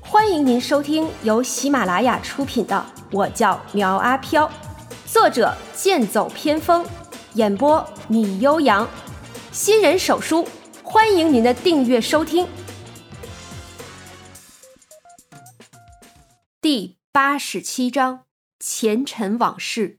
欢迎您收听由喜马拉雅出品的《我叫苗阿飘》，作者剑走偏锋，演播米悠扬，新人手书，欢迎您的订阅收听。第87章前尘往事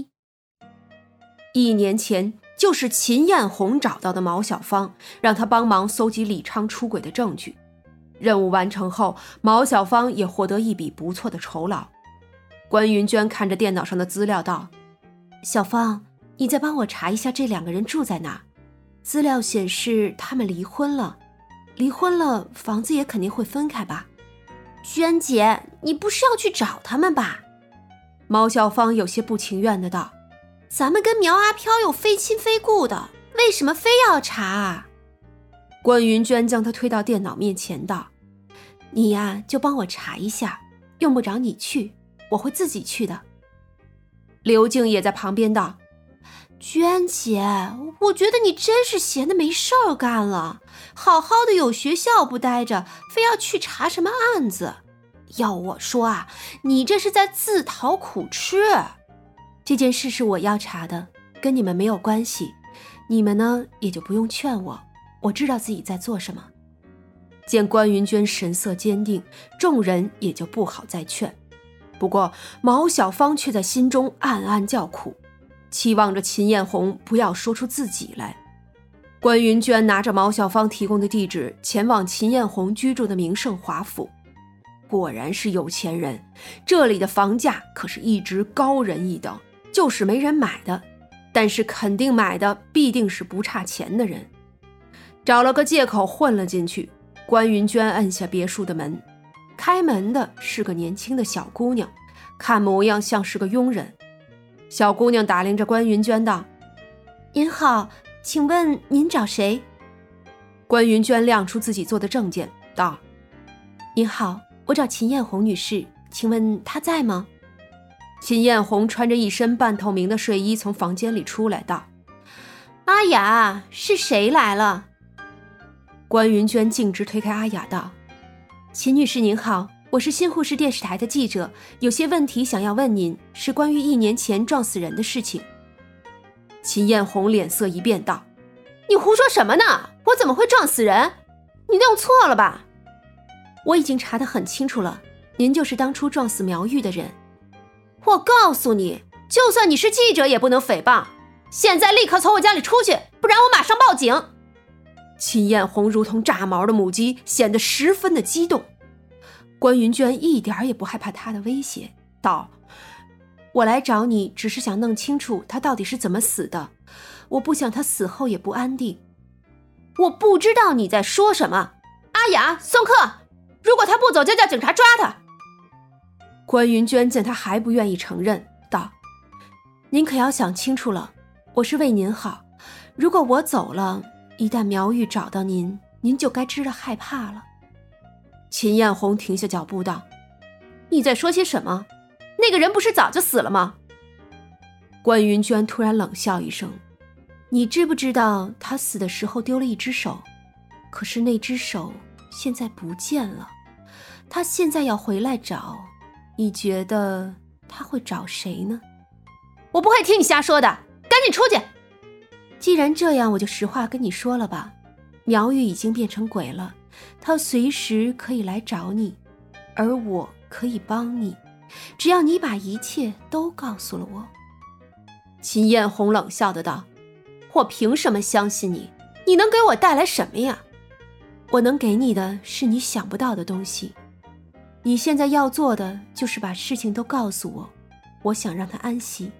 1。1年前，就是秦艳红找到的毛小芳，让他帮忙搜集李昌出轨的证据。任务完成后，毛小芳也获得一笔不错的酬劳。关云娟看着电脑上的资料道：小芳，你再帮我查一下这2个人住在哪。资料显示他们离婚了，房子也肯定会分开吧。娟姐，你不是要去找他们吧？毛小芳有些不情愿的道：咱们跟苗阿飘又非亲非故的，为什么非要查啊？关云娟将他推到电脑面前道：你呀，就帮我查一下，用不着你去，我会自己去的。刘静也在旁边道：娟姐，我觉得你真是闲得没事儿干了，好好的有学校不待着，非要去查什么案子。要我说啊，你这是在自讨苦吃。这件事是我要查的，跟你们没有关系，你们呢也就不用劝我，我知道自己在做什么。见关云娟神色坚定，众人也就不好再劝。不过毛小芳却在心中暗暗叫苦，期望着秦艳红不要说出自己来。关云娟拿着毛小芳提供的地址，前往秦艳红居住的名胜华府。果然是有钱人，这里的房价可是一直高人一等，就是没人买的，但是肯定买的必定是不差钱的人。找了个借口混了进去，关云娟按下别墅的门，开门的是个年轻的小姑娘，看模样像是个佣人。小姑娘打量着关云娟道：您好，请问您找谁？关云娟亮出自己做的证件道：您好，我找秦艳红女士，请问她在吗？秦艳红穿着一身半透明的睡衣从房间里出来道：阿雅，是谁来了？关云娟径直推开阿雅道：秦女士您好，我是新护士电视台的记者，有些问题想要问您，是关于1年前撞死人的事情。秦艳红脸色一变道：你胡说什么呢？我怎么会撞死人？你弄错了吧？我已经查得很清楚了，您就是当初撞死苗玉的人。我告诉你，就算你是记者也不能诽谤，现在立刻从我家里出去，不然我马上报警。秦艳红如同炸毛的母鸡，显得十分的激动。关云娟一点也不害怕他的威胁，道：我来找你只是想弄清楚他到底是怎么死的，我不想他死后也不安定。我不知道你在说什么。阿雅，送客，如果他不走就叫警察抓他。关云娟见他还不愿意承认，道：您可要想清楚了，我是为您好，如果我走了，一旦苗玉找到您，您就该知道害怕了。秦艳红停下脚步道：你在说些什么？那个人不是早就死了吗？关云娟突然冷笑一声：你知不知道他死的时候丢了一只手，可是那只手现在不见了，他现在要回来找，你觉得他会找谁呢？我不会听你瞎说的，赶紧出去。既然这样，我就实话跟你说了吧，苗玉已经变成鬼了，他随时可以来找你，而我可以帮你，只要你把一切都告诉了我。秦艳红冷笑的道：我凭什么相信你？你能给我带来什么呀？我能给你的是你想不到的东西。你现在要做的就是把事情都告诉我，我想让他安息。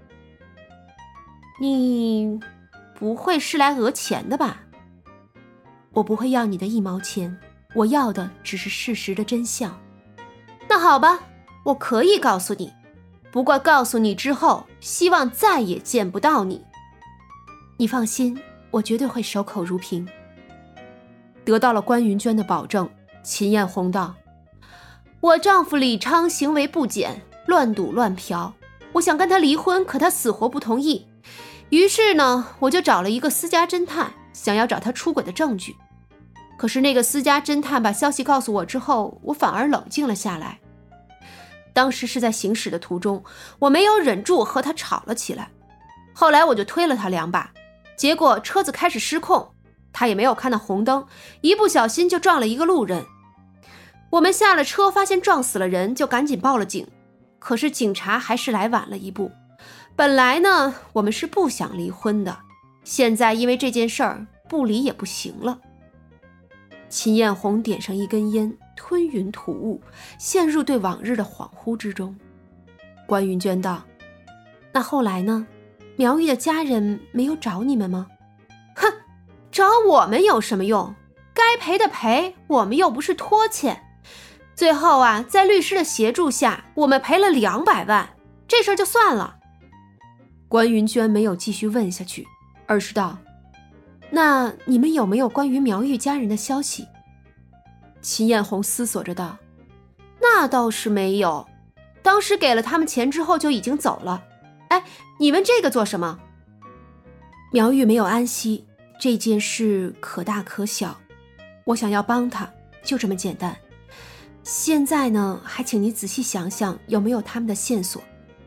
你不会是来讹钱的吧？我不会要你的1毛钱，我要的只是事实的真相。那好吧，我可以告诉你，不过告诉你之后，希望再也见不到你。你放心，我绝对会守口如瓶。得到了关云娟的保证，秦艳红道：我丈夫李昌行为不检，乱赌乱嫖，我想跟他离婚，可他死活不同意。于是呢，我就找了一个私家侦探，想要找他出轨的证据。 可是那个私家侦探把消息告诉我之后，我反而冷静了下来。当时是在行驶的途中，我没有忍住和他吵了起来。后来我就推了他2把，结果车子开始失控，他也没有看到红灯，一不小心就撞了一个路人。我们下了车发现撞死了人，就赶紧报了警。可是警察还是来晚了一步。本来呢，我们是不想离婚的，现在因为这件事儿不离也不行了。秦艳红点上一根烟，吞云吐雾，陷入对往日的恍惚之中。关云娟道：那后来呢？苗玉的家人没有找你们吗？哼，找我们有什么用？该赔的赔，我们又不是拖欠。最后啊，在律师的协助下，我们赔了200万，这事儿就算了。关云娟没有继续问下去，而是道：那你们有没有关于苗玉家人的消息？秦艳红思索着道：那倒是没有，当时给了他们钱之后就已经走了。哎，你问这个做什么？苗玉没有安息，这件事可大可小，我想要帮他，就这么简单。现在呢，还请你仔细想想有没有他们的线索。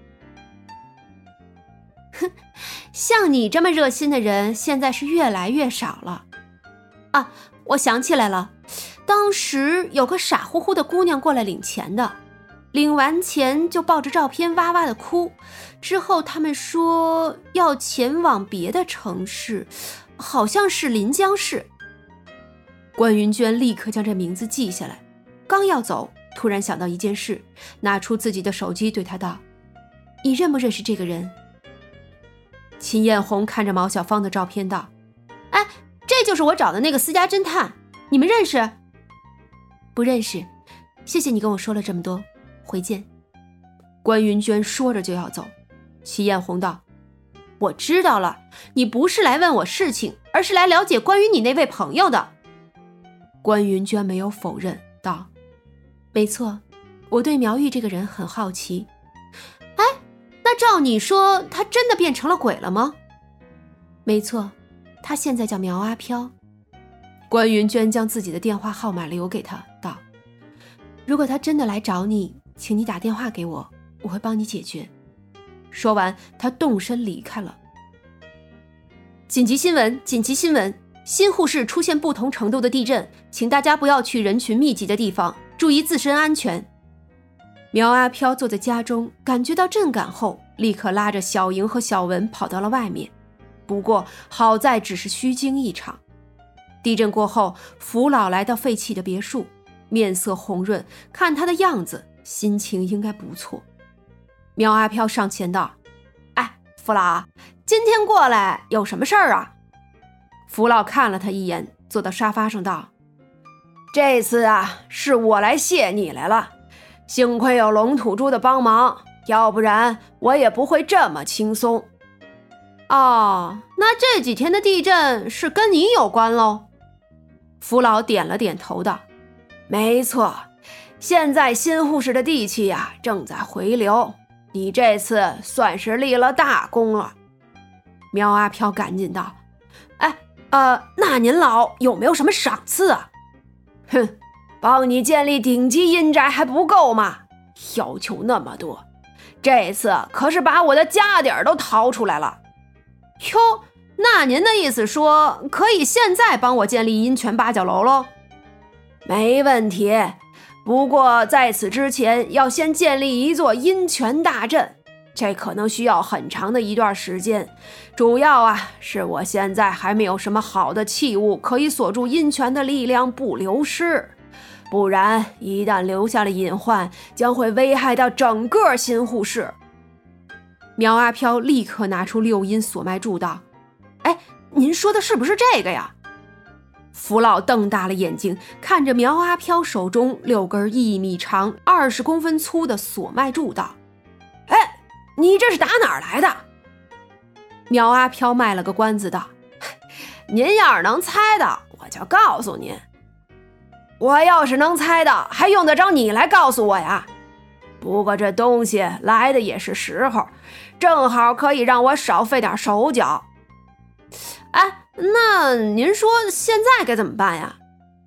哼，像你这么热心的人现在是越来越少了。啊，我想起来了，当时有个傻乎乎的姑娘过来领钱的，领完钱就抱着照片哇哇的哭，之后他们说要前往别的城市，好像是临江市。关云娟立刻将这名字记下来，刚要走，突然想到一件事，拿出自己的手机对他道：你认不认识这个人？秦艳红看着毛小芳的照片道：哎，这就是我找的那个私家侦探，你们认识？不认识，谢谢你跟我说了这么多，回见。关云娟说着就要走，齐艳红道：我知道了，你不是来问我事情，而是来了解关于你那位朋友的。关云娟没有否认，道：没错，我对苗玉这个人很好奇。哎，那照你说，他真的变成了鬼了吗？没错，他现在叫苗阿飘。关云娟将自己的电话号码留给他，道：如果他真的来找你，请你打电话给我，我会帮你解决。说完，他动身离开了。紧急新闻！紧急新闻！新户市出现不同程度的地震，请大家不要去人群密集的地方，注意自身安全。苗阿飘坐在家中，感觉到震感后，立刻拉着小莹和小文跑到了外面。不过好在只是虚惊一场。地震过后，福老来到废弃的别墅，面色红润，看他的样子，心情应该不错。苗阿飘上前道：哎，福老，今天过来有什么事儿啊？福老看了他一眼，坐到沙发上道：这次啊，是我来谢你来了，幸亏有龙土猪的帮忙，要不然我也不会这么轻松。哦，那这几天的地震是跟你有关喽？福老点了点头道：没错，现在新户市的地气啊正在回流，你这次算是立了大功了。苗阿飘赶紧道：哎，那您老有没有什么赏赐啊？哼，帮你建立顶级阴宅还不够吗？要求那么多，这次可是把我的家底儿都掏出来了。哟，那您的意思说可以现在帮我建立阴泉八角楼喽？没问题，不过在此之前要先建立一座阴泉大阵，这可能需要很长的一段时间。主要啊，是我现在还没有什么好的器物可以锁住阴泉的力量不流失，不然一旦留下了隐患，将会危害到整个新户市。苗阿飘立刻拿出六阴锁脉柱道：哎，您说的是不是这个呀？福老瞪大了眼睛，看着苗阿飘手中6根1米长、20公分粗的锁脉柱道：哎，你这是打哪儿来的？苗阿飘卖了个关子道：您要是能猜到，我就告诉您。我要是能猜到，还用得着你来告诉我呀？不过这东西来的也是时候，正好可以让我少费点手脚。哎，那您说现在该怎么办呀？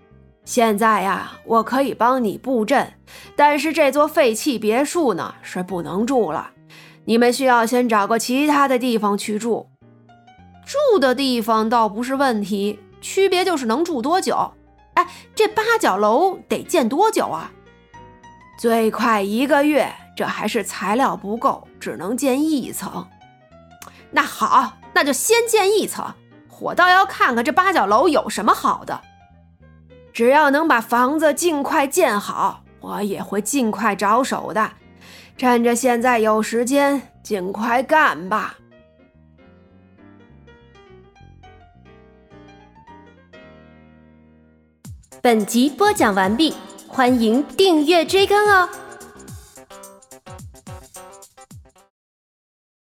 现在呀，我可以帮你布阵，但是这座废弃别墅呢，是不能住了。你们需要先找个其他的地方去住。住的地方倒不是问题，区别就是能住多久。哎，这八角楼得建多久啊？最快1个月，这还是材料不够，只能建1层。那好，那就先建1层，我倒要看看这八角楼有什么好的。只要能把房子尽快建好，我也会尽快着手的。趁着现在有时间，尽快干吧。 本集播讲完毕，欢迎订阅追更哦。